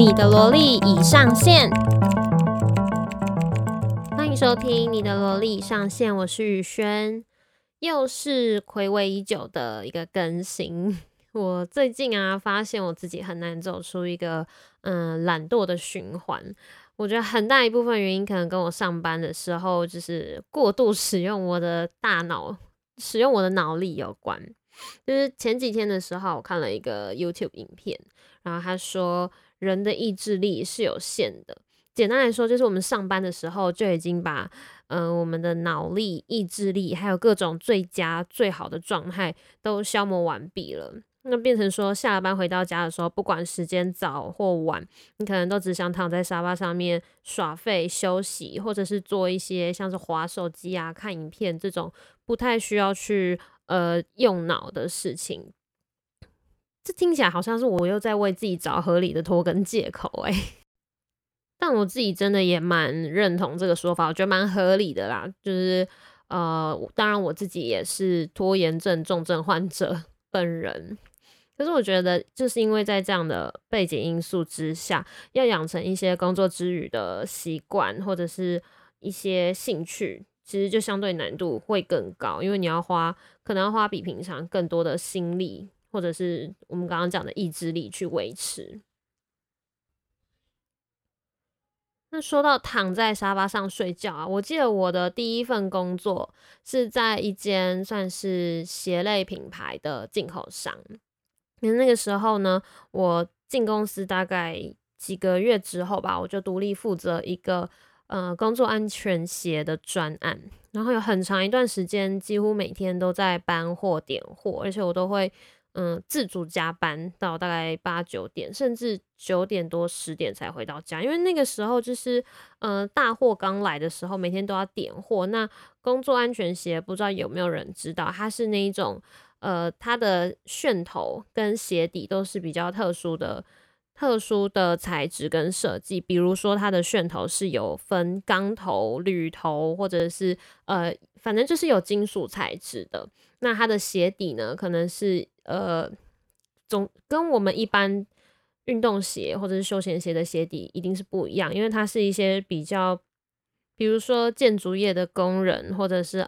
你的萝莉已上线，欢迎收听你的萝莉已上线，我是宇轩，又是睽违已久的一个更新。我最近发现我自己很难走出一个懒惰的循环。我觉得很大一部分原因可能跟我上班的时候就是过度使用我的大脑，使用我的脑力有关。就是前几天的时候，我看了一个 YouTube 影片，然后他说人的意志力是有限的。简单来说，就是我们上班的时候就已经把我们的脑力、意志力，还有各种最佳、最好的状态都消磨完毕了。那变成说，下了班回到家的时候，不管时间早或晚，你可能都只想躺在沙发上面耍废休息，或者是做一些像是滑手机看影片这种不太需要去用脑的事情。这听起来好像是我又在为自己找合理的拖跟借口但我自己真的也蛮认同这个说法，我觉得蛮合理的啦。就是当然我自己也是拖延症重症患者本人，可是我觉得就是因为在这样的背景因素之下，要养成一些工作之余的习惯或者是一些兴趣，其实就相对难度会更高，因为你可能要花比平常更多的心力，或者是我们刚刚讲的意志力去维持。那说到躺在沙发上睡觉我记得我的第一份工作是在一间算是鞋类品牌的进口商。那个时候呢，我进公司大概几个月之后吧，我就独立负责一个工作安全鞋的专案，然后有很长一段时间，几乎每天都在搬货点货，而且我都会自主加班到大概8、9点，甚至9点多10点才回到家，因为那个时候就是大货刚来的时候，每天都要点货。那工作安全鞋不知道有没有人知道，它是那一种它的楦头跟鞋底都是比较特殊的材质跟设计，比如说它的楦头是有分钢头、铝头，或者是反正就是有金属材质的。那它的鞋底呢，可能是跟我们一般运动鞋或者是休闲鞋的鞋底一定是不一样，因为它是一些比如说建筑业的工人，或者是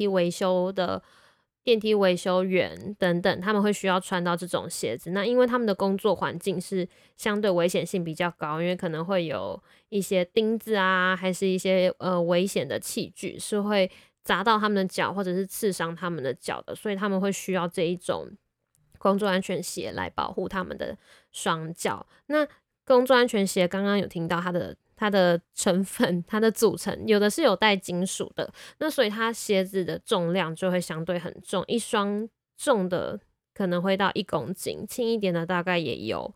电梯维修员等等，他们会需要穿到这种鞋子。那因为他们的工作环境是相对危险性比较高，因为可能会有一些钉子还是一些危险的器具是会砸到他们的脚，或者是刺伤他们的脚的，所以他们会需要这一种工作安全鞋来保护他们的双脚。那工作安全鞋刚刚有听到它的成分，它的组成有的是有带金属的，那所以它鞋子的重量就会相对很重，一双重的可能会到1公斤，轻一点的大概也有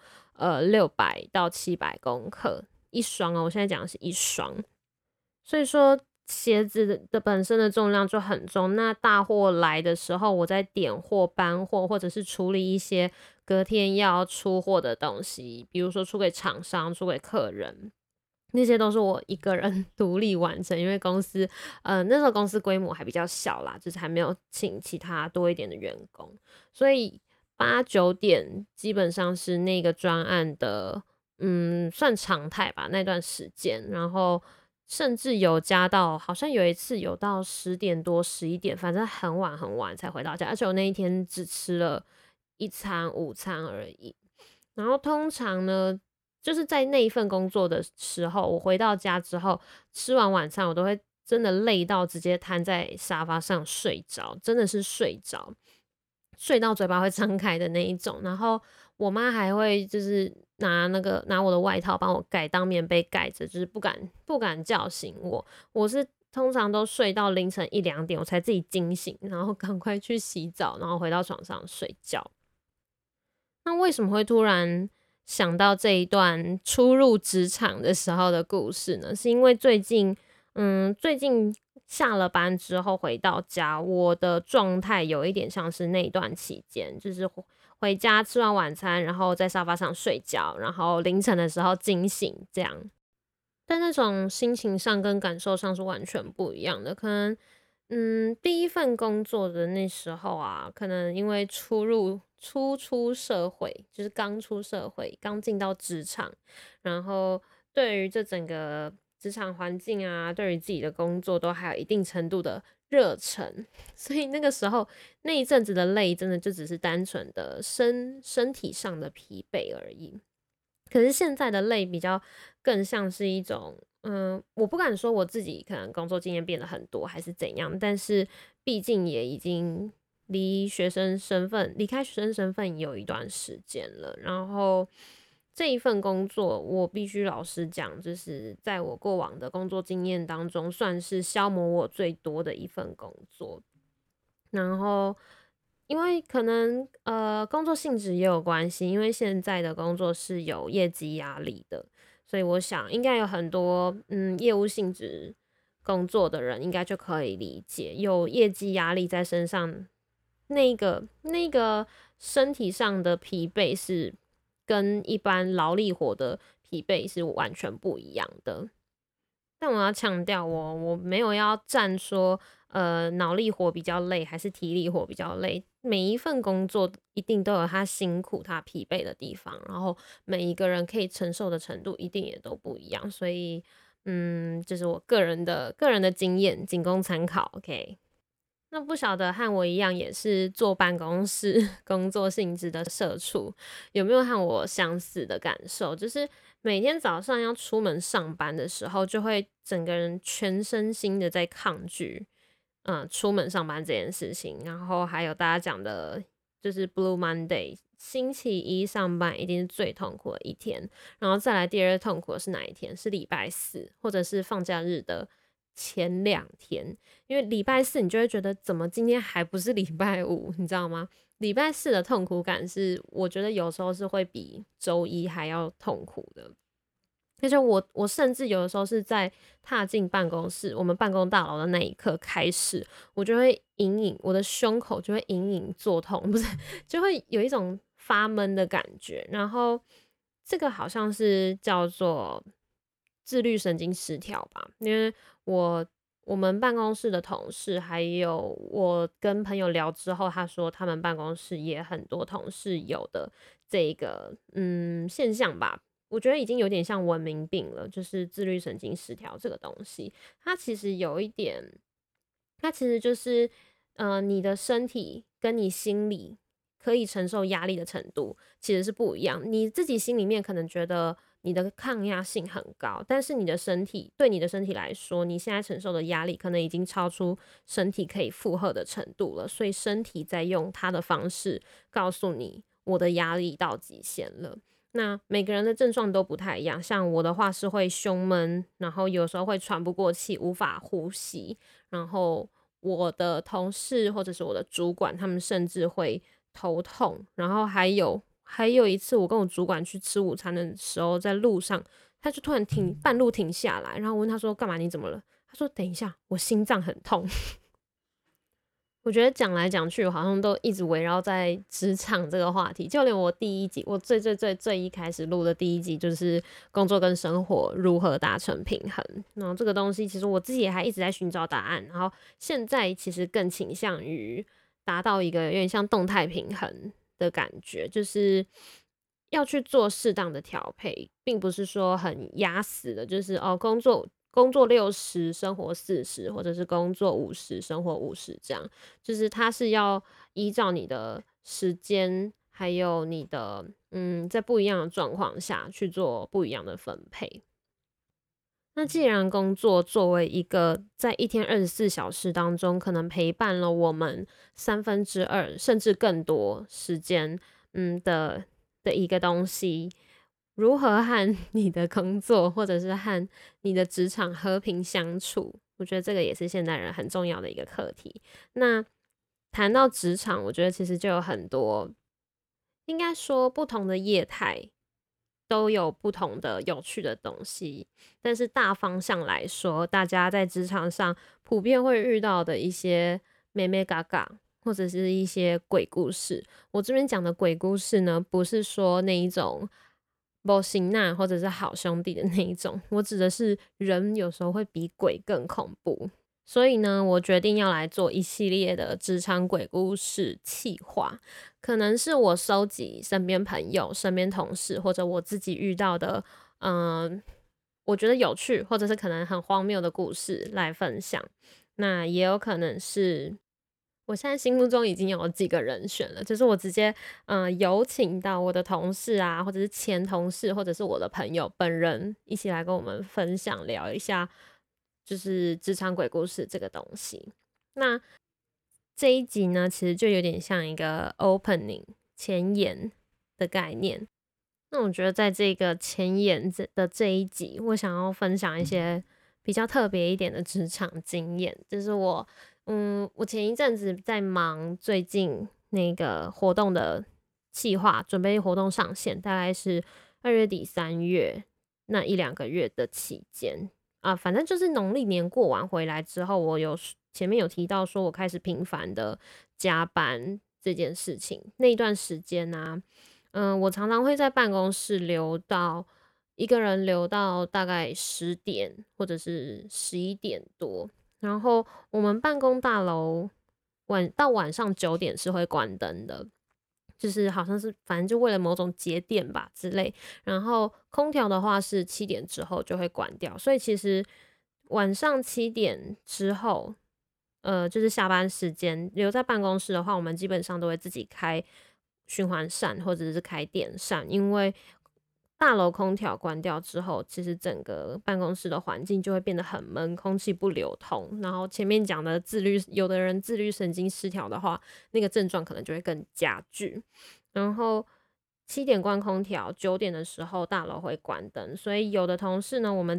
600到700公克一双我现在讲的是一双，所以说鞋子的本身的重量就很重。那大货来的时候，我在点货、搬货，或者是处理一些隔天要出货的东西，比如说出给厂商、出给客人，那些都是我一个人独立完成。因为那时候公司规模还比较小啦，就是还没有请其他多一点的员工，所以8、9点基本上是那个专案的算常态吧，那段时间。然后甚至有加到，好像有一次有到10点多11点，反正很晚很晚才回到家，而且我那一天只吃了一餐午餐而已。然后通常呢，就是在那一份工作的时候，我回到家之后吃完晚餐，我都会真的累到直接瘫在沙发上睡着，真的是睡着，睡到嘴巴会张开的那一种。然后我妈还会就是拿我的外套帮我盖，当棉被盖着，就是不敢叫醒我。我是通常都睡到凌晨1、2点我才自己惊醒，然后赶快去洗澡，然后回到床上睡觉。那为什么会突然想到这一段初入职场的时候的故事呢？是因为最近下了班之后回到家，我的状态有一点像是那一段期间，就是回家吃完晚餐，然后在沙发上睡觉，然后凌晨的时候惊醒这样。但那种心情上跟感受上是完全不一样的。可能第一份工作的那时候啊，可能因为初出社会，就是刚出社会，刚进到职场，然后对于这整个职场环境啊，对于自己的工作都还有一定程度的热忱，所以那个时候那一阵子的累，真的就只是单纯的身体上的疲惫而已。可是现在的累比较更像是一种，我不敢说我自己可能工作经验变得很多还是怎样，但是毕竟也已经离开学生身份有一段时间了。然后这一份工作，我必须老实讲，就是在我过往的工作经验当中，算是消磨我最多的一份工作。然后因为可能工作性质也有关系，因为现在的工作是有业绩压力的，所以我想应该有很多业务性质工作的人应该就可以理解，有业绩压力在身上，那个身体上的疲惫是跟一般劳力活的疲惫是完全不一样的。但我要强调我没有要站说，脑力活比较累还是体力活比较累。每一份工作一定都有他辛苦、他疲惫的地方，然后每一个人可以承受的程度一定也都不一样。所以，这是我个人的经验，仅供参考。OK。那不晓得和我一样也是坐办公室工作性质的社畜，有没有和我相似的感受？就是每天早上要出门上班的时候，就会整个人全身心的在抗拒，出门上班这件事情。然后还有大家讲的，就是 Blue Monday，星期一上班一定是最痛苦的一天，然后再来第二痛苦的是哪一天？是礼拜四，或者是放假日的前2天。因为礼拜四你就会觉得怎么今天还不是礼拜五，你知道吗？礼拜四的痛苦感是我觉得有时候是会比周一还要痛苦的。而且我甚至有的时候是在踏进办公室，我们办公大楼的那一刻开始，我就会我的胸口就会隐隐作痛，不是，就会有一种发闷的感觉。然后这个好像是叫做自律神经失调吧，因为我们办公室的同事，还有我跟朋友聊之后，他说他们办公室也很多同事有的这个现象吧。我觉得已经有点像文明病了，就是自律神经失调这个东西，它其实有一点，它其实就是，你的身体跟你心里可以承受压力的程度其实是不一样。你自己心里面可能觉得你的抗压性很高，但是对你的身体来说，你现在承受的压力可能已经超出身体可以负荷的程度了，所以身体在用它的方式告诉你，我的压力到极限了。那每个人的症状都不太一样，像我的话是会胸闷，然后有时候会喘不过气，无法呼吸。然后我的同事或者是我的主管，他们甚至会头痛。然后还有一次，我跟我主管去吃午餐的时候，在路上，他就突然半路停下来，然后我问他说：“干嘛？你怎么了？”他说：“等一下，我心脏很痛。”我觉得讲来讲去，好像都一直围绕在职场这个话题。就连我第一集，我最一开始录的第一集，就是工作跟生活如何达成平衡。然后这个东西，其实我自己也还一直在寻找答案。然后现在其实更倾向于达到一个有点像动态平衡的感觉，就是要去做适当的调配，并不是说很压死的，就是工作60，生活40，或者是工作50，生活50这样。就是它是要依照你的时间，还有你的在不一样的状况下去做不一样的分配。那既然工作作为一个在一天24小时当中，可能陪伴了我们2/3甚至更多时间，的一个东西，如何和你的工作或者是和你的职场和平相处，我觉得这个也是现代人很重要的一个课题。那谈到职场，我觉得其实就有很多，应该说不同的业态都有不同的有趣的东西，但是大方向来说，大家在职场上普遍会遇到的一些妹妹嘎嘎，或者是一些鬼故事。我这边讲的鬼故事呢，不是说那一种某型娜或者是好兄弟的那一种，我指的是人有时候会比鬼更恐怖。 所以呢，我决定要来做一系列的职场鬼故事企划，可能是我收集身边朋友、身边同事，或者我自己遇到的，我觉得有趣，或者是可能很荒谬的故事来分享。那也有可能是我现在心目中已经有几个人选了，就是我直接有请到我的同事啊，或者是前同事，或者是我的朋友本人一起来跟我们分享聊一下，就是职场鬼故事这个东西。那这一集呢，其实就有点像一个 opening 前言的概念。那我觉得在这个前言的这一集，我想要分享一些比较特别一点的职场经验，就是我前一阵子在忙最近那个活动的计划，准备活动上线，大概是2月底3月那1-2个月的期间啊，反正就是农历年过完回来之后，前面有提到说我开始频繁的加班这件事情，那一段时间呢、我常常会在办公室一个人留到大概10点或者是11点多，然后我们办公大楼到晚上9点是会关灯的，就是好像是反正就为了某种节点吧之类。然后空调的话是7点之后就会关掉，所以其实晚上7点之后，就是下班时间留在办公室的话，我们基本上都会自己开循环扇或者是开电扇，因为大楼空调关掉之后，其实整个办公室的环境就会变得很闷，空气不流通。然后前面讲的有的人自律神经失调的话，那个症状可能就会更加剧。然后7点关空调，9点的时候大楼会关灯，所以有的同事呢，我们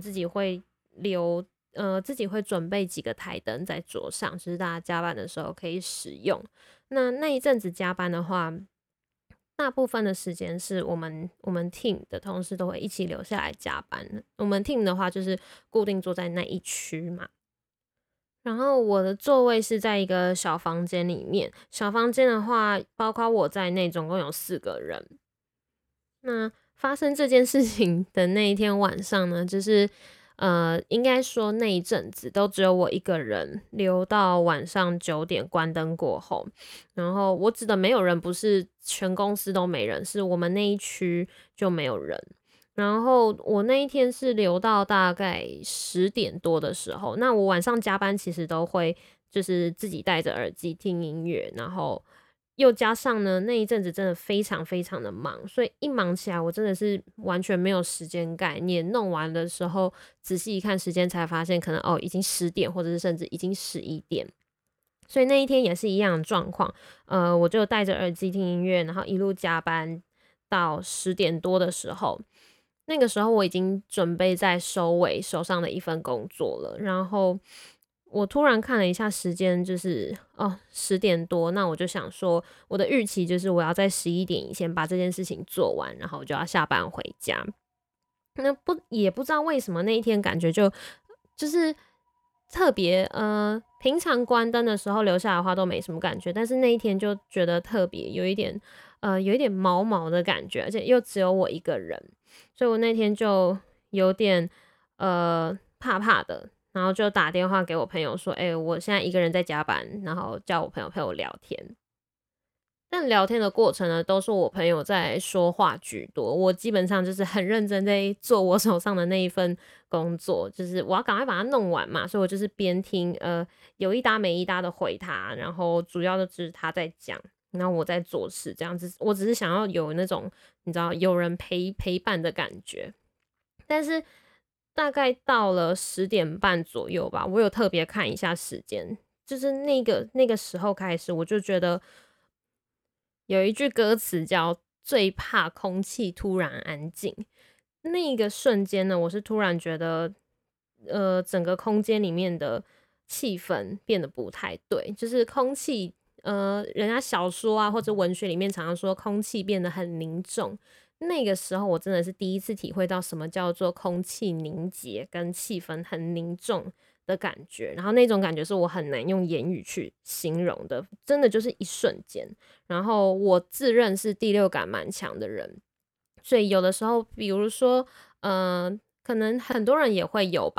自己会准备几个台灯在桌上，就是大家加班的时候可以使用。那一阵子加班的话，大部分的时间是我们 team 的同事都会一起留下来加班。我们 team 的话就是固定坐在那一区嘛。然后我的座位是在一个小房间里面，小房间的话，包括我在内，总共有4个人。那发生这件事情的那一天晚上呢，就是应该说那一阵子都只有我一个人留到晚上9点关灯过后，然后我指的没有人不是全公司都没人，是我们那一区就没有人。然后我那一天是留到大概10点多的时候，那我晚上加班其实都会就是自己戴着耳机听音乐，然后又加上呢，那一阵子真的非常非常的忙，所以一忙起来，我真的是完全没有时间概念。弄完的时候，仔细一看时间，才发现可能已经10点，或者是甚至已经11点。所以那一天也是一样的状况，我就戴着耳机听音乐，然后一路加班到10点多的时候，那个时候我已经准备在收尾手上的一份工作了，然后我突然看了一下时间，就是10点多，那我就想说，我的预期就是我要在11点以前把这件事情做完，然后我就要下班回家。也不知道为什么那一天感觉就是特别平常关灯的时候留下来的话都没什么感觉，但是那一天就觉得特别有一点毛毛的感觉，而且又只有我一个人，所以我那天就有点怕怕的，然后就打电话给我朋友说，我现在一个人在加班，然后叫我朋友陪我聊天。但聊天的过程呢，都是我朋友在说话居多，我基本上就是很认真在做我手上的那一份工作，就是我要赶快把它弄完嘛，所以我就是边听，有一搭没一搭的回他，然后主要的就是他在讲，然后我在做事，这样子，我只是想要有那种你知道有人陪伴的感觉。但是大概到了10点半左右吧，我有特别看一下时间，就是那个时候开始，我就觉得有一句歌词叫"最怕空气突然安静"。那个瞬间呢，我是突然觉得，整个空间里面的气氛变得不太对，就是空气，人家小说啊或者文学里面常常说空气变得很凝重。那个时候我真的是第一次体会到什么叫做空气凝结跟气氛很凝重的感觉，然后那种感觉是我很难用言语去形容的，真的就是一瞬间。然后我自认是第六感蛮强的人，所以有的时候，比如说，可能很多人也会有吧，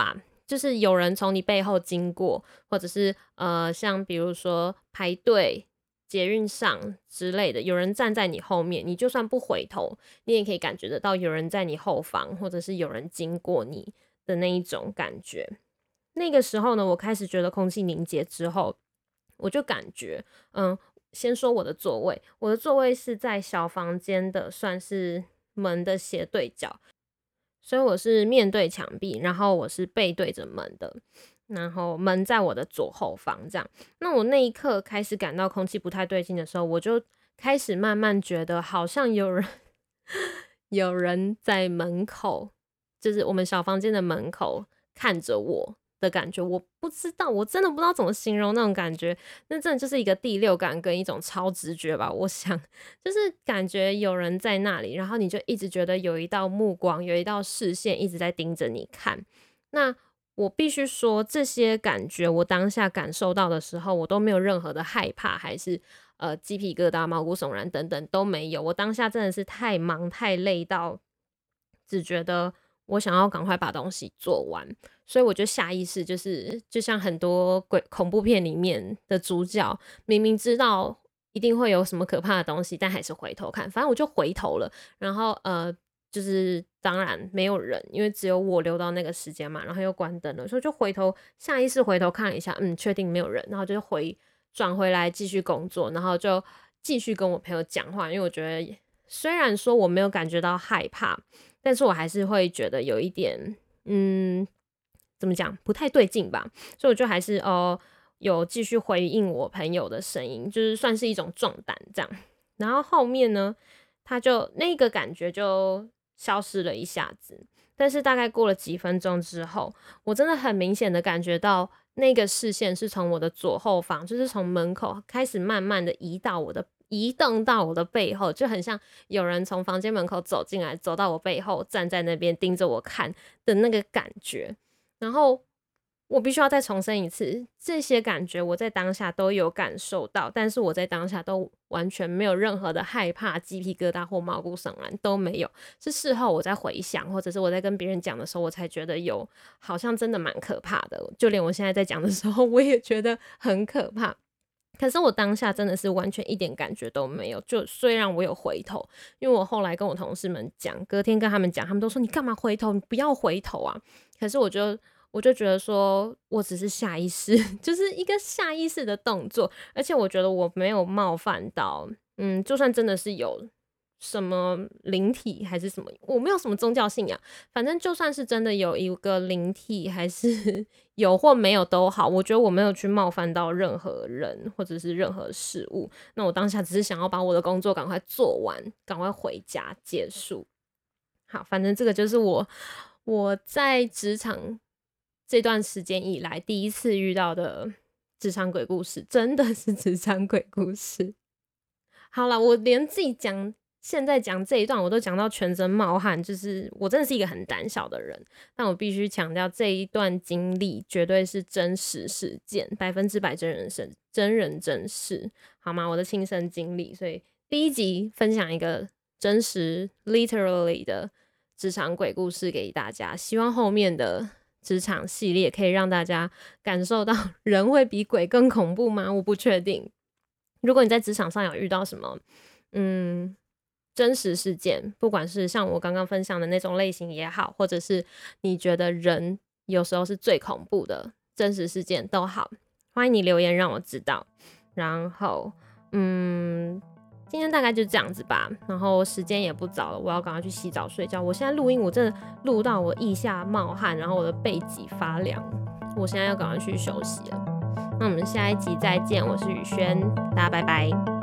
就是有人从你背后经过，或者是像比如说排队、捷运上之类的，有人站在你后面，你就算不回头，你也可以感觉得到有人在你后方，或者是有人经过你的那一种感觉。那个时候呢，我开始觉得空气凝结之后，我就感觉，先说我的座位，我的座位是在小房间的，算是门的斜对角，所以我是面对墙壁，然后我是背对着门的，然后门在我的左后方，这样。那我那一刻开始感到空气不太对劲的时候，我就开始慢慢觉得好像有人有人在门口，就是我们小房间的门口看着我的感觉，我不知道，我真的不知道怎么形容那种感觉，那真的就是一个第六感跟一种超直觉吧。我想，就是感觉有人在那里，然后你就一直觉得有一道目光，有一道视线一直在盯着你看。那我必须说，这些感觉我当下感受到的时候，我都没有任何的害怕，还是鸡皮疙瘩、毛骨悚然等等都没有。我当下真的是太忙太累到，只觉得我想要赶快把东西做完，所以我就下意识就像很多恐怖片里面的主角，明明知道一定会有什么可怕的东西，但还是回头看。反正我就回头了，然后就是当然没有人，因为只有我留到那个时间嘛，然后又关灯了，所以就下意识回头看了一下，确定没有人，然后就转回来继续工作，然后就继续跟我朋友讲话，因为我觉得虽然说我没有感觉到害怕，但是我还是会觉得有一点怎么讲不太对劲吧，所以我就还是有继续回应我朋友的声音，就是算是一种壮胆这样。然后后面呢，他就那个感觉就消失了一下子，但是大概过了几分钟之后，我真的很明显的感觉到那个视线是从我的左后方，就是从门口开始慢慢的移动到我的背后，就很像有人从房间门口走进来，走到我背后，站在那边盯着我看的那个感觉。然后我必须要再重申一次，这些感觉我在当下都有感受到，但是我在当下都完全没有任何的害怕、鸡皮疙瘩或毛骨悚然都没有。是事后我在回想，或者是我在跟别人讲的时候，我才觉得好像真的蛮可怕的。就连我现在在讲的时候，我也觉得很可怕。可是我当下真的是完全一点感觉都没有，就虽然我有回头，因为我后来跟我同事们讲，隔天跟他们讲，他们都说你干嘛回头？你不要回头啊！可是我就觉得说，我只是下意识，就是一个下意识的动作，而且我觉得我没有冒犯到，就算真的是有什么灵体还是什么，我没有什么宗教信仰，反正就算是真的有一个灵体，还是有或没有都好，我觉得我没有去冒犯到任何人或者是任何事物。那我当下只是想要把我的工作赶快做完，赶快回家结束。好，反正这个就是我在职场这段时间以来第一次遇到的职场鬼故事，真的是职场鬼故事。好啦，我连自己现在讲这一段我都讲到全身冒汗，就是我真的是一个很胆小的人，但我必须强调这一段经历绝对是真实事件，100%真人真事，好吗？我的亲身经历，所以第一集分享一个真实 literally 的职场鬼故事给大家，希望后面的职场系列可以让大家感受到人会比鬼更恐怖吗？我不确定。如果你在职场上有遇到什么真实事件，不管是像我刚刚分享的那种类型也好，或者是你觉得人有时候是最恐怖的真实事件都好，欢迎你留言让我知道。然后今天大概就这样子吧，然后时间也不早了，我要赶快去洗澡睡觉。我现在录音我真的录到我腋下冒汗，然后我的背脊发凉，我现在要赶快去休息了。那我们下一集再见，我是宇轩，大家拜拜。